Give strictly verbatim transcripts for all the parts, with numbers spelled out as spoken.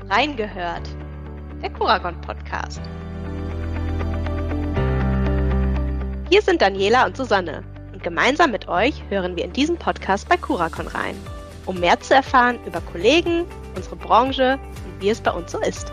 Reingehört, der Kuragon-Podcast. Hier sind Daniela und Susanne und gemeinsam mit euch hören wir in diesem Podcast bei Kuragon rein, um mehr zu erfahren über Kollegen, unsere Branche und wie es bei uns so ist.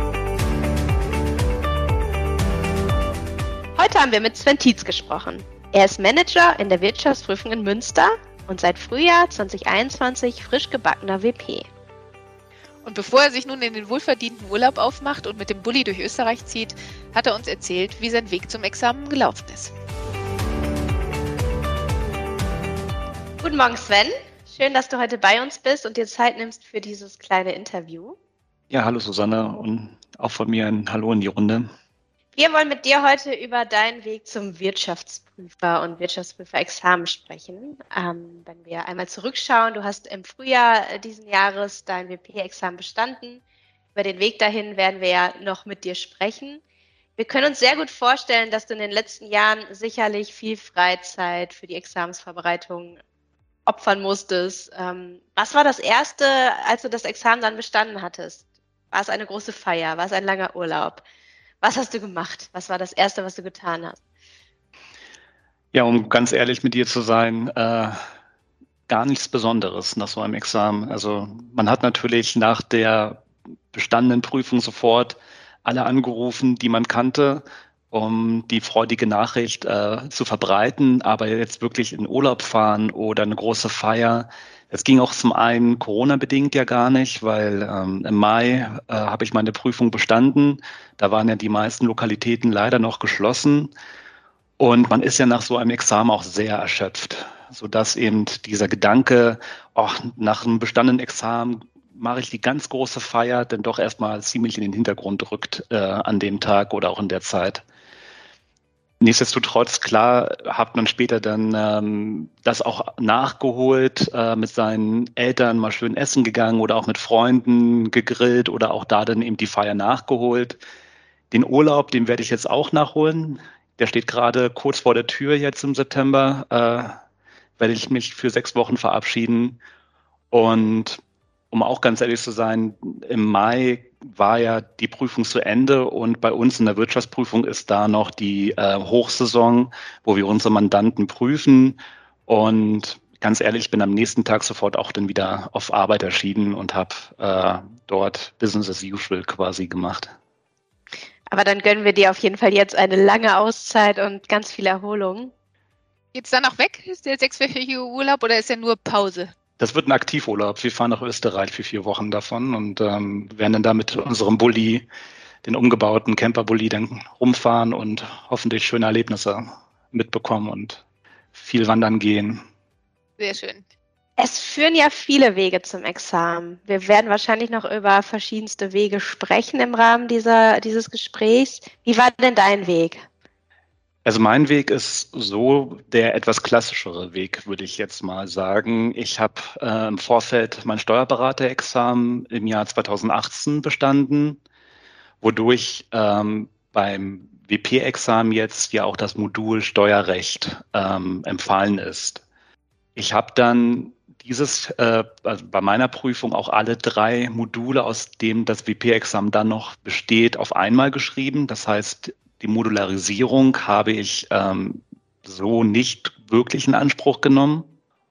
Heute haben wir mit Sven Tietz gesprochen. Er ist Manager in der Wirtschaftsprüfung in Münster und seit Frühjahr zwanzig einundzwanzig frisch gebackener W P. Und bevor er sich nun in den wohlverdienten Urlaub aufmacht und mit dem Bulli durch Österreich zieht, hat er uns erzählt, wie sein Weg zum Examen gelaufen ist. Guten Morgen, Sven. Schön, dass du heute bei uns bist und dir Zeit nimmst für dieses kleine Interview. Ja, hallo Susanne und auch von mir ein Hallo in die Runde. Wir wollen mit dir heute über deinen Weg zum Wirtschaftsprüfer und Wirtschaftsprüferexamen sprechen. Ähm, wenn wir einmal zurückschauen, du hast im Frühjahr diesen Jahres dein W P-Examen bestanden. Über den Weg dahin werden wir ja noch mit dir sprechen. Wir können uns sehr gut vorstellen, dass du in den letzten Jahren sicherlich viel Freizeit für die Examensvorbereitung opfern musstest. Ähm, was war das Erste, als du das Examen dann bestanden hattest? War es eine große Feier? War es ein langer Urlaub? Was hast du gemacht? Was war das Erste, was du getan hast? Ja, um ganz ehrlich mit dir zu sein, äh, gar nichts Besonderes nach so einem Examen. Also man hat natürlich nach der bestandenen Prüfung sofort alle angerufen, die man kannte, um die freudige Nachricht äh, zu verbreiten. Aber jetzt wirklich in Urlaub fahren oder eine große Feier, es ging auch zum einen Corona-bedingt ja gar nicht, weil ähm, im Mai äh, habe ich meine Prüfung bestanden. Da waren ja die meisten Lokalitäten leider noch geschlossen. Und man ist ja nach so einem Examen auch sehr erschöpft, sodass eben dieser Gedanke, ach, nach einem bestandenen Examen mache ich die ganz große Feier, dann doch erstmal ziemlich in den Hintergrund rückt äh, an dem Tag oder auch in der Zeit. Nichtsdestotrotz, klar, hat man später dann ähm, das auch nachgeholt, äh, mit seinen Eltern mal schön essen gegangen oder auch mit Freunden gegrillt oder auch da dann eben die Feier nachgeholt. Den Urlaub, den werde ich jetzt auch nachholen. Der steht gerade kurz vor der Tür jetzt im September. Äh, werde ich mich für sechs Wochen verabschieden. Und um auch ganz ehrlich zu sein, im Mai war ja die Prüfung zu Ende und bei uns in der Wirtschaftsprüfung ist da noch die äh, Hochsaison, wo wir unsere Mandanten prüfen. Und ganz ehrlich, ich bin am nächsten Tag sofort auch dann wieder auf Arbeit erschienen und habe äh, dort Business as usual quasi gemacht. Aber dann gönnen wir dir auf jeden Fall jetzt eine lange Auszeit und ganz viel Erholung. Geht's dann auch weg? Ist der sechswöchige Urlaub oder ist er nur Pause? Das wird ein Aktivurlaub. Wir fahren nach Österreich für vier Wochen davon und ähm, werden dann da mit unserem Bulli, den umgebauten Camper-Bulli, dann rumfahren und hoffentlich schöne Erlebnisse mitbekommen und viel wandern gehen. Sehr schön. Es führen ja viele Wege zum Examen. Wir werden wahrscheinlich noch über verschiedenste Wege sprechen im Rahmen dieser, dieses Gesprächs. Wie war denn dein Weg? Also mein Weg ist so der etwas klassischere Weg, würde ich jetzt mal sagen. Ich habe äh, im Vorfeld mein Steuerberaterexamen im Jahr zweitausendachtzehn bestanden, wodurch ähm, beim W P-Examen jetzt ja auch das Modul Steuerrecht ähm, empfallen ist. Ich habe dann dieses äh, also bei meiner Prüfung auch alle drei Module, aus dem das W P-Examen dann noch besteht, auf einmal geschrieben. Das heißt, die Modularisierung habe ich ähm, so nicht wirklich in Anspruch genommen.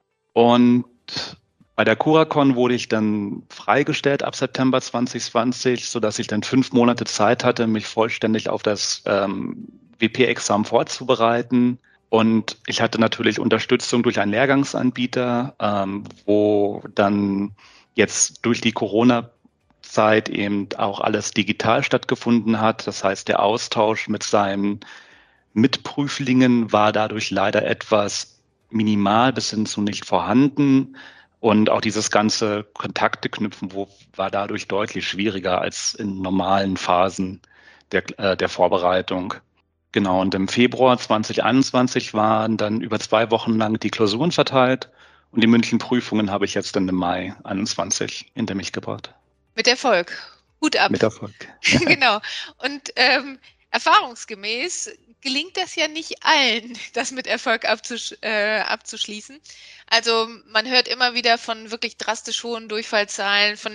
Und bei der Kuragon wurde ich dann freigestellt ab September zwanzig zwanzig, sodass ich dann fünf Monate Zeit hatte, mich vollständig auf das ähm, W P-Examen vorzubereiten. Und ich hatte natürlich Unterstützung durch einen Lehrgangsanbieter, ähm, wo dann jetzt durch die Corona Zeit eben auch alles digital stattgefunden hat. Das heißt, der Austausch mit seinen Mitprüflingen war dadurch leider etwas minimal bis hin zu nicht vorhanden. Und auch dieses ganze Kontakte knüpfen wo, war dadurch deutlich schwieriger als in normalen Phasen der, äh, der Vorbereitung. Genau, und im Februar zwanzig einundzwanzig waren dann über zwei Wochen lang die Klausuren verteilt und die mündlichen Prüfungen habe ich jetzt dann im Mai einundzwanzig hinter mich gebracht. Mit Erfolg. Hut ab. Mit Erfolg. Genau. Und ähm, erfahrungsgemäß gelingt das ja nicht allen, das mit Erfolg abzusch- äh, abzuschließen. Also man hört immer wieder von wirklich drastisch hohen Durchfallzahlen, von dem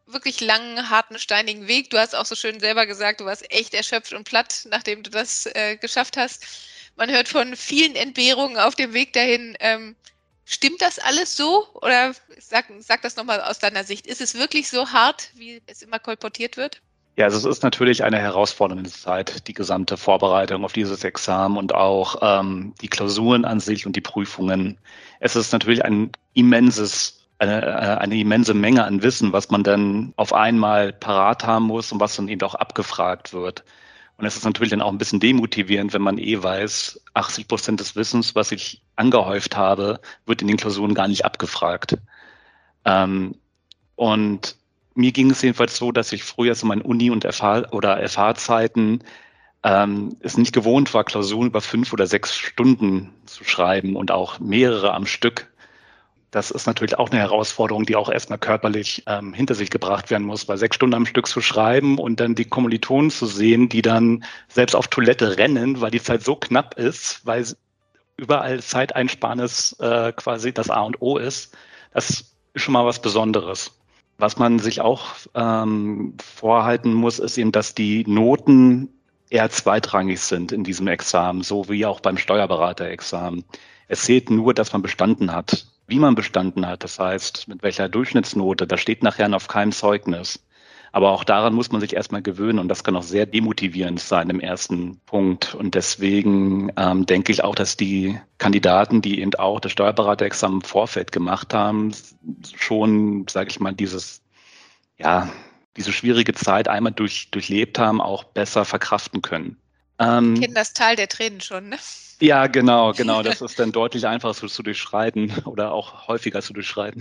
wirklich langen, harten, steinigen Weg. Du hast auch so schön selber gesagt, du warst echt erschöpft und platt, nachdem du das äh, geschafft hast. Man hört von vielen Entbehrungen auf dem Weg dahin. Ähm, stimmt das alles so? Oder sag, sag das nochmal aus deiner Sicht. Ist es wirklich so hart, wie es immer kolportiert wird? Ja, also es ist natürlich eine herausfordernde Zeit, die gesamte Vorbereitung auf dieses Examen und auch ähm, die Klausuren an sich und die Prüfungen. Es ist natürlich ein immenses, eine, eine immense Menge an Wissen, was man dann auf einmal parat haben muss und was dann eben auch abgefragt wird. Und es ist natürlich dann auch ein bisschen demotivierend, wenn man eh weiß, achtzig Prozent des Wissens, was ich angehäuft habe, wird in den Klausuren gar nicht abgefragt. Ähm, und mir ging es jedenfalls so, dass ich früher so meinen Uni- und F H- oder F H-Zeiten ähm, es nicht gewohnt war, Klausuren über fünf oder sechs Stunden zu schreiben und auch mehrere am Stück. Das ist natürlich auch eine Herausforderung, die auch erstmal körperlich ähm, hinter sich gebracht werden muss, weil sechs Stunden am Stück zu schreiben und dann die Kommilitonen zu sehen, die dann selbst auf Toilette rennen, weil die Zeit so knapp ist, weil überall Zeiteinsparnis äh, quasi das A und O ist, das ist schon mal was Besonderes. Was man sich auch ähm, vorhalten muss, ist eben, dass die Noten eher zweitrangig sind in diesem Examen, so wie auch beim Steuerberaterexamen. Es zählt nur, dass man bestanden hat. Wie man bestanden hat, das heißt, mit welcher Durchschnittsnote, das steht nachher auf keinem Zeugnis. Aber auch daran muss man sich erstmal gewöhnen und das kann auch sehr demotivierend sein im ersten Punkt. Und deswegen ähm, denke ich auch, dass die Kandidaten, die eben auch das Steuerberaterexamen im Vorfeld gemacht haben, schon, sage ich mal, dieses, ja, diese schwierige Zeit einmal durch, durchlebt haben, auch besser verkraften können. Ähm, Wir kennen das Tal der Tränen schon, ne? Ja, genau, genau. Das ist dann deutlich einfacher zu, zu durchschreiten oder auch häufiger zu durchschreiten.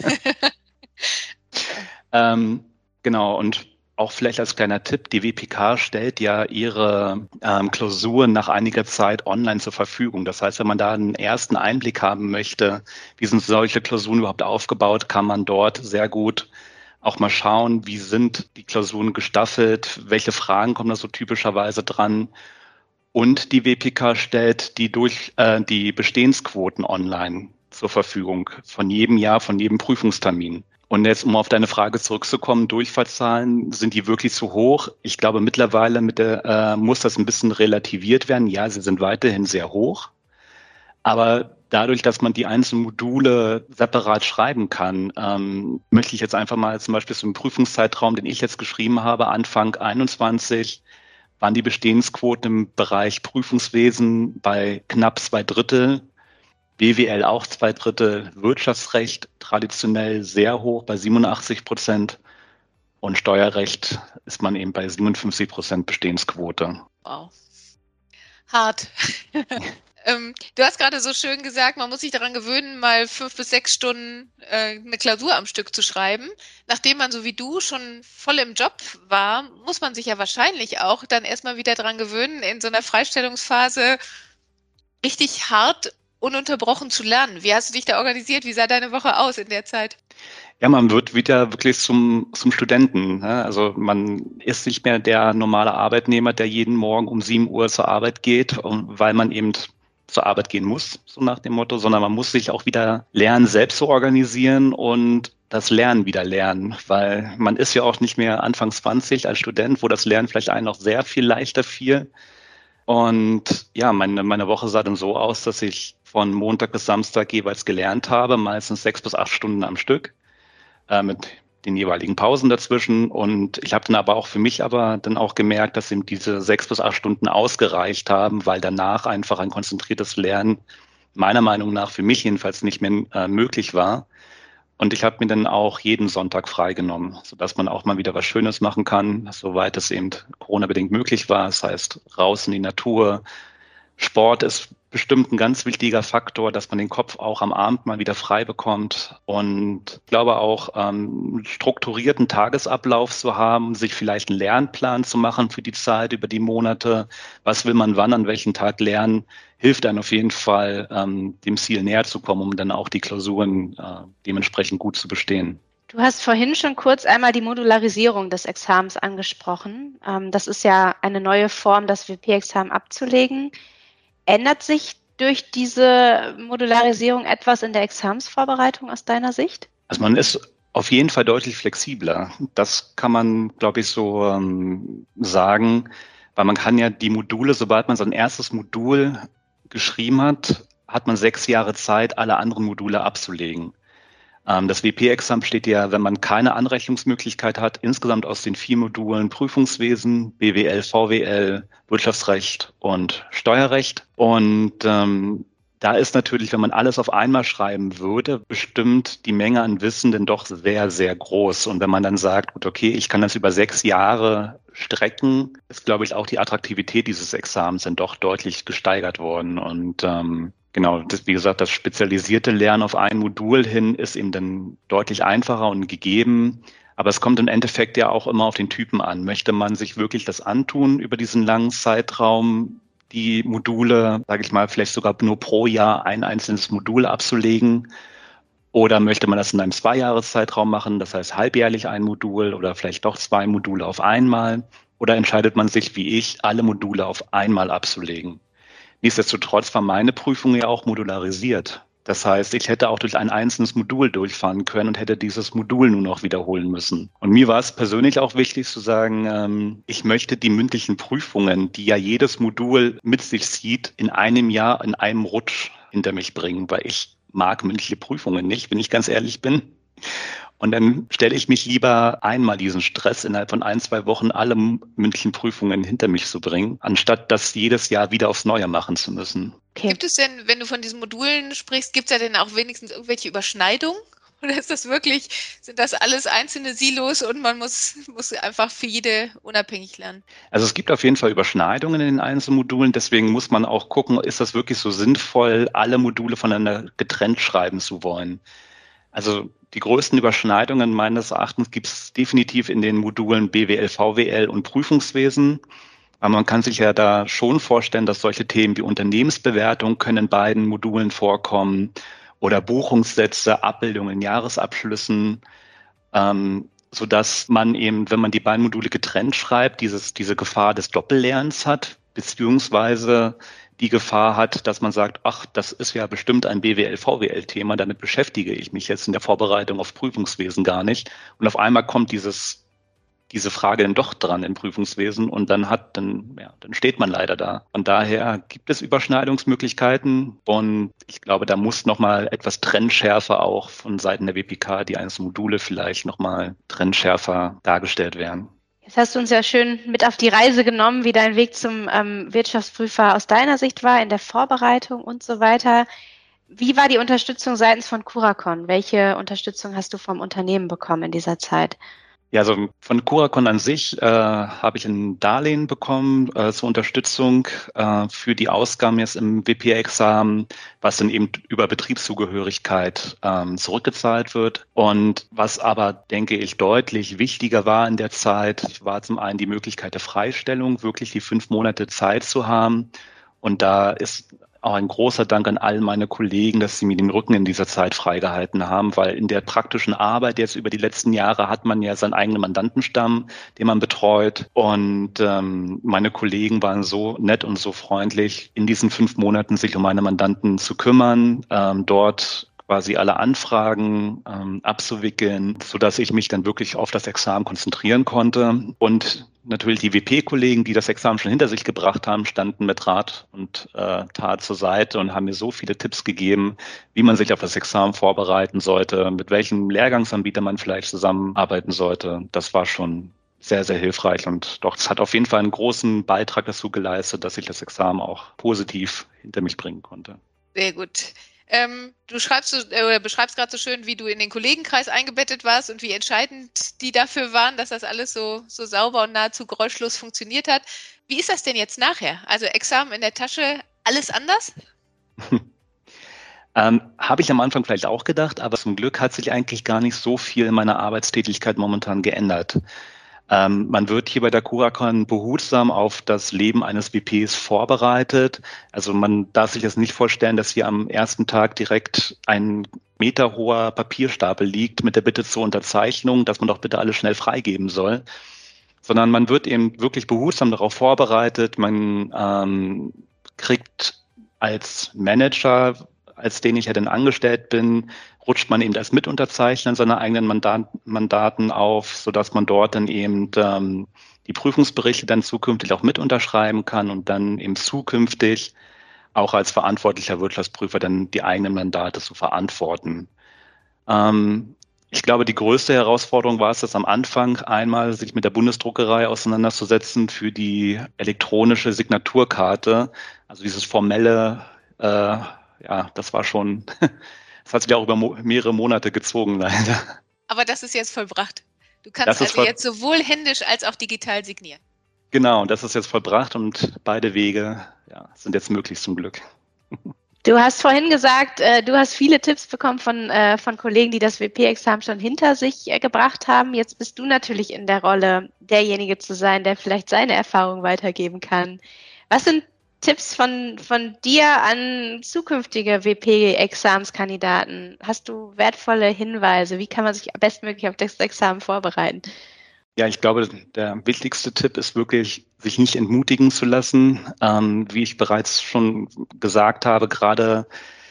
ähm, Genau, und auch vielleicht als kleiner Tipp, die W P K stellt ja ihre ähm, Klausuren nach einiger Zeit online zur Verfügung. Das heißt, wenn man da einen ersten Einblick haben möchte, wie sind solche Klausuren überhaupt aufgebaut, kann man dort sehr gut auch mal schauen, wie sind die Klausuren gestaffelt, welche Fragen kommen da so typischerweise dran. Und die W P K stellt die durch äh, die Bestehensquoten online zur Verfügung von jedem Jahr, von jedem Prüfungstermin. Und jetzt, um auf deine Frage zurückzukommen, Durchfallszahlen, sind die wirklich zu hoch? Ich glaube, mittlerweile mit der, äh, muss das ein bisschen relativiert werden. Ja, sie sind weiterhin sehr hoch. Aber dadurch, dass man die einzelnen Module separat schreiben kann, ähm, möchte ich jetzt einfach mal zum Beispiel so einen Prüfungszeitraum, den ich jetzt geschrieben habe, Anfang einundzwanzig, waren die Bestehensquoten im Bereich Prüfungswesen bei knapp zwei Drittel. B W L auch zwei Drittel, Wirtschaftsrecht traditionell sehr hoch bei siebenundachtzig Prozent und Steuerrecht ist man eben bei siebenundfünfzig Prozent Bestehensquote. Wow. Hart. ähm, du hast gerade so schön gesagt, man muss sich daran gewöhnen, mal fünf bis sechs Stunden äh, eine Klausur am Stück zu schreiben. Nachdem man so wie du schon voll im Job war, muss man sich ja wahrscheinlich auch dann erstmal wieder daran gewöhnen, in so einer Freistellungsphase richtig hart ununterbrochen zu lernen. Wie hast du dich da organisiert? Wie sah deine Woche aus in der Zeit? Ja, man wird wieder wirklich zum, zum Studenten. Ne? Also man ist nicht mehr der normale Arbeitnehmer, der jeden Morgen um sieben Uhr zur Arbeit geht, weil man eben zur Arbeit gehen muss, so nach dem Motto, sondern man muss sich auch wieder lernen, selbst zu organisieren und das Lernen wieder lernen, weil man ist ja auch nicht mehr Anfang zwanzig als Student, wo das Lernen vielleicht einen noch sehr viel leichter fiel. Und ja, meine, meine Woche sah dann so aus, dass ich von Montag bis Samstag jeweils gelernt habe, meistens sechs bis acht Stunden am Stück, äh, mit den jeweiligen Pausen dazwischen. Und ich habe dann aber auch für mich aber dann auch gemerkt, dass eben diese sechs bis acht Stunden ausgereicht haben, weil danach einfach ein konzentriertes Lernen meiner Meinung nach für mich jedenfalls nicht mehr äh, möglich war. Und ich habe mir dann auch jeden Sonntag freigenommen, sodass man auch mal wieder was Schönes machen kann, soweit es eben Corona-bedingt möglich war. Das heißt, raus in die Natur. Sport ist bestimmt ein ganz wichtiger Faktor, dass man den Kopf auch am Abend mal wieder frei bekommt. Und ich glaube auch, ähm, einen strukturierten Tagesablauf zu haben, sich vielleicht einen Lernplan zu machen für die Zeit, über die Monate. Was will man wann, an welchem Tag lernen? Hilft einem auf jeden Fall, ähm, dem Ziel näher zu kommen, um dann auch die Klausuren äh, dementsprechend gut zu bestehen. Du hast vorhin schon kurz einmal die Modularisierung des Examens angesprochen. Ähm, das ist ja eine neue Form, das W P-Examen abzulegen. Ändert sich durch diese Modularisierung etwas in der Examensvorbereitung aus deiner Sicht? Also man ist Auf jeden Fall deutlich flexibler. Das kann man, glaube ich, so ähm, sagen, weil man kann ja die Module, sobald man sein erstes Modul geschrieben hat, hat man sechs Jahre Zeit, alle anderen Module abzulegen. Ähm, das W P-Examen besteht ja, wenn man keine Anrechnungsmöglichkeit hat, insgesamt aus den vier Modulen Prüfungswesen, B W L, V W L, Wirtschaftsrecht und Steuerrecht. Und ähm, da ist natürlich, wenn man alles auf einmal schreiben würde, bestimmt die Menge an Wissen denn doch sehr, sehr groß. Und wenn man dann sagt, gut, okay, ich kann das über sechs Jahre strecken, ist, glaube ich, auch die Attraktivität dieses Examens dann doch deutlich gesteigert worden. Und ähm, genau, das, wie gesagt, das spezialisierte Lernen auf ein Modul hin ist eben dann deutlich einfacher und gegeben. Aber es kommt im Endeffekt ja auch immer auf den Typen an. Möchte man sich wirklich das antun über diesen langen Zeitraum, die Module, sage ich mal, vielleicht sogar nur pro Jahr ein einzelnes Modul abzulegen? Oder möchte man das in einem Zweijahreszeitraum machen, das heißt halbjährlich ein Modul oder vielleicht doch zwei Module auf einmal? Oder entscheidet man sich, wie ich, alle Module auf einmal abzulegen? Nichtsdestotrotz war meine Prüfung ja auch modularisiert. Das heißt, ich hätte auch durch ein einzelnes Modul durchfahren können und hätte dieses Modul nur noch wiederholen müssen. Und mir war es persönlich auch wichtig zu sagen, ähm, ich möchte die mündlichen Prüfungen, die ja jedes Modul mit sich zieht, in einem Jahr, in einem Rutsch hinter mich bringen, weil ich mag mündliche Prüfungen nicht, wenn ich ganz ehrlich bin. Und dann stelle ich mich lieber einmal diesen Stress innerhalb von ein, zwei Wochen alle mündlichen Prüfungen hinter mich zu bringen, anstatt das jedes Jahr wieder aufs Neue machen zu müssen. Okay. Gibt es denn, wenn du von diesen Modulen sprichst, gibt es da denn auch wenigstens irgendwelche Überschneidungen? Oder ist das wirklich, sind das alles einzelne Silos und man muss, muss einfach für jede unabhängig lernen? Also es gibt auf jeden Fall Überschneidungen in den einzelnen Modulen, deswegen muss man auch gucken, ist das wirklich so sinnvoll, alle Module voneinander getrennt schreiben zu wollen. Also die größten Überschneidungen meines Erachtens gibt es definitiv in den Modulen B W L, V W L und Prüfungswesen. Aber man kann sich ja da schon vorstellen, dass solche Themen wie Unternehmensbewertung können in beiden Modulen vorkommen oder Buchungssätze, Abbildungen in Jahresabschlüssen, ähm, sodass man eben, wenn man die beiden Module getrennt schreibt, dieses, diese Gefahr des Doppellernens hat, beziehungsweise die Gefahr hat, dass man sagt, ach, das ist ja bestimmt ein B W L, V W L-Thema, damit beschäftige ich mich jetzt in der Vorbereitung auf Prüfungswesen gar nicht. Und auf einmal kommt dieses, diese Frage dann doch dran im Prüfungswesen und dann hat, dann, ja, dann steht man leider da. Von daher gibt es Überschneidungsmöglichkeiten und ich glaube, da muss nochmal etwas trennschärfer auch von Seiten der W P K, die einzelnen Module vielleicht nochmal trennschärfer dargestellt werden. Jetzt hast du uns ja schön mit auf die Reise genommen, wie dein Weg zum ähm, Wirtschaftsprüfer aus deiner Sicht war, in der Vorbereitung und so weiter. Wie war die Unterstützung seitens von Curacon? Welche Unterstützung hast du vom Unternehmen bekommen in dieser Zeit? Ja, also von Curacon an sich äh, habe ich ein Darlehen bekommen äh, zur Unterstützung äh, für die Ausgaben jetzt im W P-Examen, was dann eben über Betriebszugehörigkeit ähm, zurückgezahlt wird. Und was aber, denke ich, deutlich wichtiger war in der Zeit, war zum einen die Möglichkeit der Freistellung, wirklich die fünf Monate Zeit zu haben. Und da ist auch ein großer Dank an all meine Kollegen, dass sie mir den Rücken in dieser Zeit freigehalten haben, weil in der praktischen Arbeit jetzt über die letzten Jahre hat man ja seinen eigenen Mandantenstamm, den man betreut. Und ähm, meine Kollegen waren so nett und so freundlich, in diesen fünf Monaten sich um meine Mandanten zu kümmern, ähm, dort quasi alle Anfragen ähm, abzuwickeln, sodass ich mich dann wirklich auf das Examen konzentrieren konnte. Und natürlich die W P-Kollegen, die das Examen schon hinter sich gebracht haben, standen mit Rat und äh, Tat zur Seite und haben mir so viele Tipps gegeben, wie man sich auf das Examen vorbereiten sollte, mit welchem Lehrgangsanbieter man vielleicht zusammenarbeiten sollte. Das war schon sehr, sehr hilfreich und doch, es hat auf jeden Fall einen großen Beitrag dazu geleistet, dass ich das Examen auch positiv hinter mich bringen konnte. Sehr gut. Ähm, du schreibst oder äh, beschreibst gerade so schön, wie du in den Kollegenkreis eingebettet warst und wie entscheidend die dafür waren, dass das alles so, so sauber und nahezu geräuschlos funktioniert hat. Wie ist das denn jetzt nachher? Also Examen in der Tasche, alles anders? ähm, habe ich am Anfang vielleicht auch gedacht, aber zum Glück hat sich eigentlich gar nicht so viel in meiner Arbeitstätigkeit momentan geändert. Ähm, man wird hier bei der Curacon behutsam auf das Leben eines W Ps vorbereitet. Also man darf sich das nicht vorstellen, dass hier am ersten Tag direkt ein meterhoher Papierstapel liegt mit der Bitte zur Unterzeichnung, dass man doch bitte alles schnell freigeben soll. Sondern man wird eben wirklich behutsam darauf vorbereitet. Man ähm, kriegt als Manager als den ich ja dann angestellt bin, rutscht man eben als Mitunterzeichner seiner eigenen Mandat Mandaten auf, sodass man dort dann eben ähm, die Prüfungsberichte dann zukünftig auch mit unterschreiben kann und dann eben zukünftig auch als verantwortlicher Wirtschaftsprüfer dann die eigenen Mandate zu verantworten. Ähm, ich glaube, die größte Herausforderung war es, das am Anfang einmal sich mit der Bundesdruckerei auseinanderzusetzen für die elektronische Signaturkarte, also dieses formelle, äh, ja, das war schon, das hat sich auch über mo mehrere Monate gezogen, leider. Aber das ist jetzt vollbracht. Du kannst also jetzt sowohl händisch als auch digital signieren. Genau, das ist jetzt vollbracht und beide Wege ja, sind jetzt möglich zum Glück. Du hast vorhin gesagt, äh, du hast viele Tipps bekommen von, äh, von Kollegen, die das W P-Examen schon hinter sich äh, gebracht haben. Jetzt bist du natürlich in der Rolle, derjenige zu sein, der vielleicht seine Erfahrung weitergeben kann. Was sind Tipps von, von dir an zukünftige W P-Examenskandidaten? Hast du wertvolle Hinweise? Wie kann man sich bestmöglich auf das Examen vorbereiten? Ja, ich glaube, der wichtigste Tipp ist wirklich, sich nicht entmutigen zu lassen. Ähm, wie ich bereits schon gesagt habe, gerade,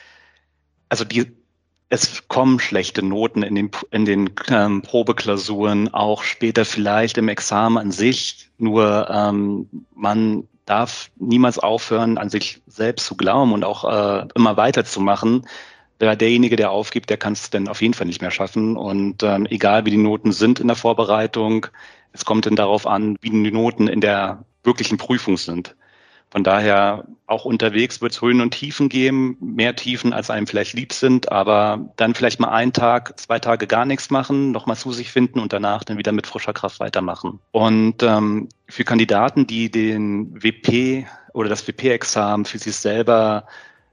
also die, es kommen schlechte Noten in den, in den ähm, Probeklausuren, auch später vielleicht im Examen an sich. Nur ähm, man darf niemals aufhören, an sich selbst zu glauben und auch äh, immer weiterzumachen. Derjenige, der aufgibt, der kann es dann auf jeden Fall nicht mehr schaffen. Und ähm, egal wie die Noten sind in der Vorbereitung, es kommt dann darauf an, wie die Noten in der wirklichen Prüfung sind. Von daher auch unterwegs wird es Höhen und Tiefen geben, mehr Tiefen, als einem vielleicht lieb sind, aber dann vielleicht mal einen Tag, zwei Tage gar nichts machen, nochmal zu sich finden und danach dann wieder mit frischer Kraft weitermachen. Und ähm, für Kandidaten, die den W P oder das W P-Examen für sich selber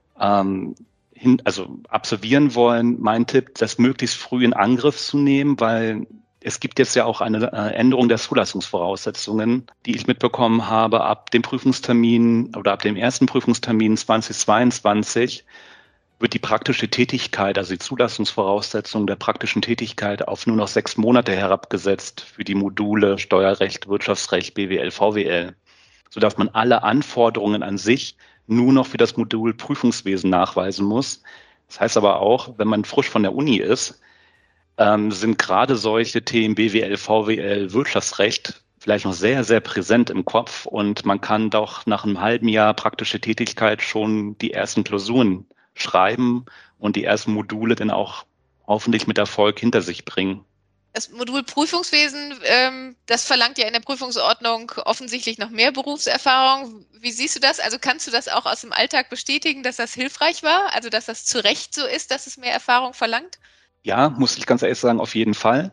ähm, hin, also absolvieren wollen, mein Tipp, das möglichst früh in Angriff zu nehmen, weil es gibt jetzt ja auch eine äh, Änderung der Zulassungsvoraussetzungen, die ich mitbekommen habe. Ab dem Prüfungstermin oder ab dem ersten Prüfungstermin zweitausendzweiundzwanzig wird die praktische Tätigkeit, also die Zulassungsvoraussetzung der praktischen Tätigkeit auf nur noch sechs Monate herabgesetzt für die Module Steuerrecht, Wirtschaftsrecht, B W L, V W L, sodass man alle Anforderungen an sich nur noch für das Modul Prüfungswesen nachweisen muss. Das heißt aber auch, wenn man frisch von der Uni ist, ähm, sind gerade solche Themen B W L, V W L, Wirtschaftsrecht vielleicht noch sehr, sehr präsent im Kopf und man kann doch nach einem halben Jahr praktische Tätigkeit schon die ersten Klausuren schreiben und die ersten Module dann auch hoffentlich mit Erfolg hinter sich bringen. Das Modul Prüfungswesen, ähm, das verlangt ja in der Prüfungsordnung offensichtlich noch mehr Berufserfahrung. Wie siehst du das? Also kannst du das auch aus dem Alltag bestätigen, dass das hilfreich war? Also dass das zu Recht so ist, dass es mehr Erfahrung verlangt? Ja, muss ich ganz ehrlich sagen, auf jeden Fall.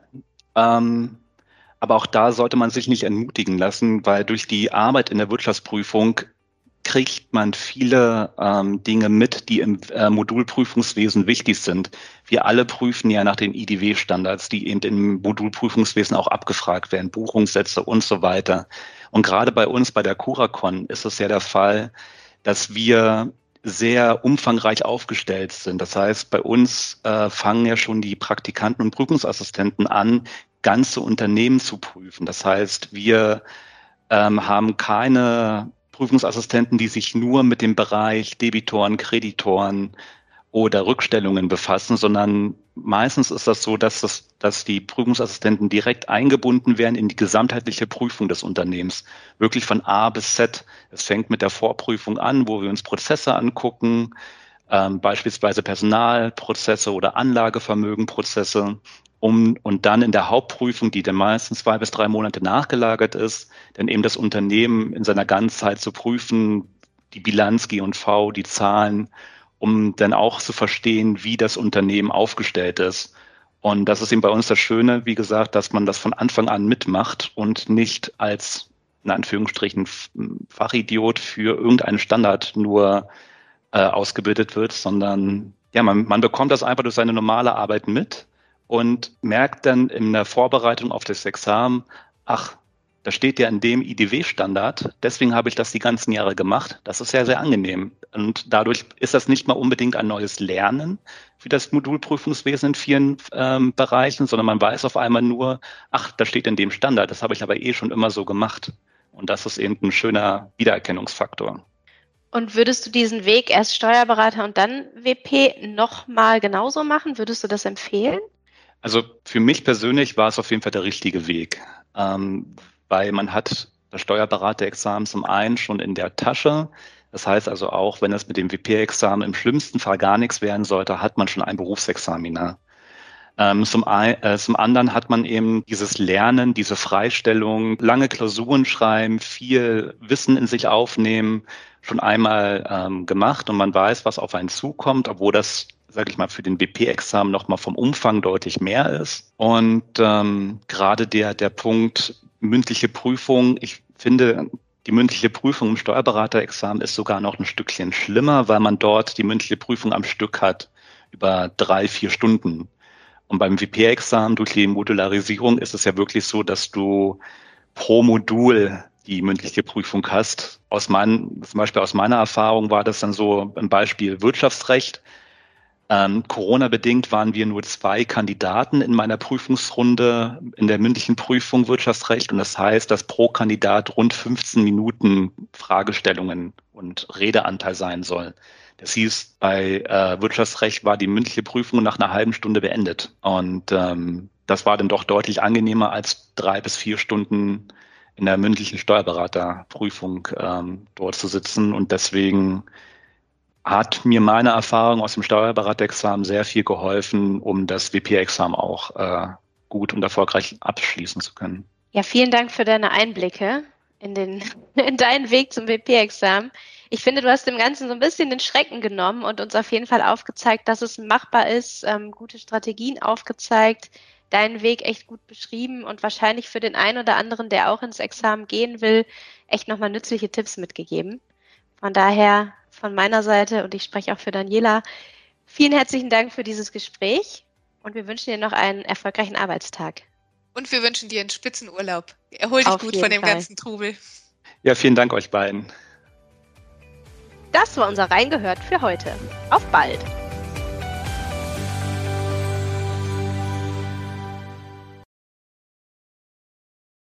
Ähm, aber auch da sollte man sich nicht entmutigen lassen, weil durch die Arbeit in der Wirtschaftsprüfung kriegt man viele ähm, Dinge mit, die im äh, Modulprüfungswesen wichtig sind. Wir alle prüfen ja nach den I D W-Standards, die eben im Modulprüfungswesen auch abgefragt werden, Buchungssätze und so weiter. Und gerade bei uns, bei der Curacon, ist es ja der Fall, dass wir sehr umfangreich aufgestellt sind. Das heißt, bei uns äh, fangen ja schon die Praktikanten und Prüfungsassistenten an, ganze Unternehmen zu prüfen. Das heißt, wir ähm, haben keine Prüfungsassistenten, die sich nur mit dem Bereich Debitoren, Kreditoren oder Rückstellungen befassen, sondern meistens ist das so, dass, das, dass die Prüfungsassistenten direkt eingebunden werden in die gesamtheitliche Prüfung des Unternehmens, wirklich von A bis Z. Es fängt mit der Vorprüfung an, wo wir uns Prozesse angucken, ähm, beispielsweise Personalprozesse oder Anlagevermögenprozesse, um und dann in der Hauptprüfung, die dann meistens zwei bis drei Monate nachgelagert ist, dann eben das Unternehmen in seiner Ganzheit zu prüfen, die Bilanz, G und V, die Zahlen, um dann auch zu verstehen, wie das Unternehmen aufgestellt ist. Und das ist eben bei uns das Schöne, wie gesagt, dass man das von Anfang an mitmacht und nicht als, in Anführungsstrichen, Fachidiot für irgendeinen Standard nur äh, ausgebildet wird, sondern ja, man, man bekommt das einfach durch seine normale Arbeit mit und merkt dann in der Vorbereitung auf das Examen, ach, das steht ja in dem I D W-Standard, deswegen habe ich das die ganzen Jahre gemacht. Das ist sehr, sehr angenehm. Und dadurch ist das nicht mal unbedingt ein neues Lernen für das Modulprüfungswesen in vielen ähm, Bereichen, sondern man weiß auf einmal nur, ach, das steht in dem Standard, das habe ich aber eh schon immer so gemacht. Und das ist eben ein schöner Wiedererkennungsfaktor. Und würdest du diesen Weg erst Steuerberater und dann W P nochmal genauso machen? Würdest du das empfehlen? Also für mich persönlich war es auf jeden Fall der richtige Weg, ähm, weil man hat das Steuerberaterexamen zum einen schon in der Tasche. Das heißt also auch, wenn es mit dem W P-Examen im schlimmsten Fall gar nichts werden sollte, hat man schon ein Berufsexaminer. Ähm, zum, ein, äh, zum anderen hat man eben dieses Lernen, diese Freistellung, lange Klausuren schreiben, viel Wissen in sich aufnehmen, schon einmal ähm, gemacht und man weiß, was auf einen zukommt, obwohl das, sage ich mal, für den W P-Examen nochmal vom Umfang deutlich mehr ist. Und ähm, gerade der, der Punkt mündliche Prüfung, ich finde, die mündliche Prüfung im Steuerberaterexamen ist sogar noch ein Stückchen schlimmer, weil man dort die mündliche Prüfung am Stück hat, über drei, vier Stunden. Und beim W P-Examen durch die Modularisierung ist es ja wirklich so, dass du pro Modul die mündliche Prüfung hast. Aus meinen, zum Beispiel aus meiner Erfahrung war das dann so ein Beispiel Wirtschaftsrecht. Ähm, Corona-bedingt waren wir nur zwei Kandidaten in meiner Prüfungsrunde in der mündlichen Prüfung Wirtschaftsrecht. Und das heißt, dass pro Kandidat rund fünfzehn Minuten Fragestellungen und Redeanteil sein soll. Das hieß, bei äh, Wirtschaftsrecht war die mündliche Prüfung nach einer halben Stunde beendet. Und ähm, das war dann doch deutlich angenehmer als drei bis vier Stunden in der mündlichen Steuerberaterprüfung ähm, dort zu sitzen. Und deswegen hat mir meine Erfahrung aus dem Steuerberaterexamen sehr viel geholfen, um das W P-Examen auch äh, gut und erfolgreich abschließen zu können. Ja, vielen Dank für deine Einblicke in, den, in deinen Weg zum W P-Examen. Ich finde, du hast dem Ganzen so ein bisschen den Schrecken genommen und uns auf jeden Fall aufgezeigt, dass es machbar ist, ähm, gute Strategien aufgezeigt, deinen Weg echt gut beschrieben und wahrscheinlich für den einen oder anderen, der auch ins Examen gehen will, echt nochmal nützliche Tipps mitgegeben. Von daher von meiner Seite, und ich spreche auch für Daniela, vielen herzlichen Dank für dieses Gespräch und wir wünschen dir noch einen erfolgreichen Arbeitstag. Und wir wünschen dir einen Spitzenurlaub. Erhol dich Auf gut jeden von dem Fall. ganzen Trubel. Ja, vielen Dank euch beiden. Das war unser Reingehört für heute. Auf bald!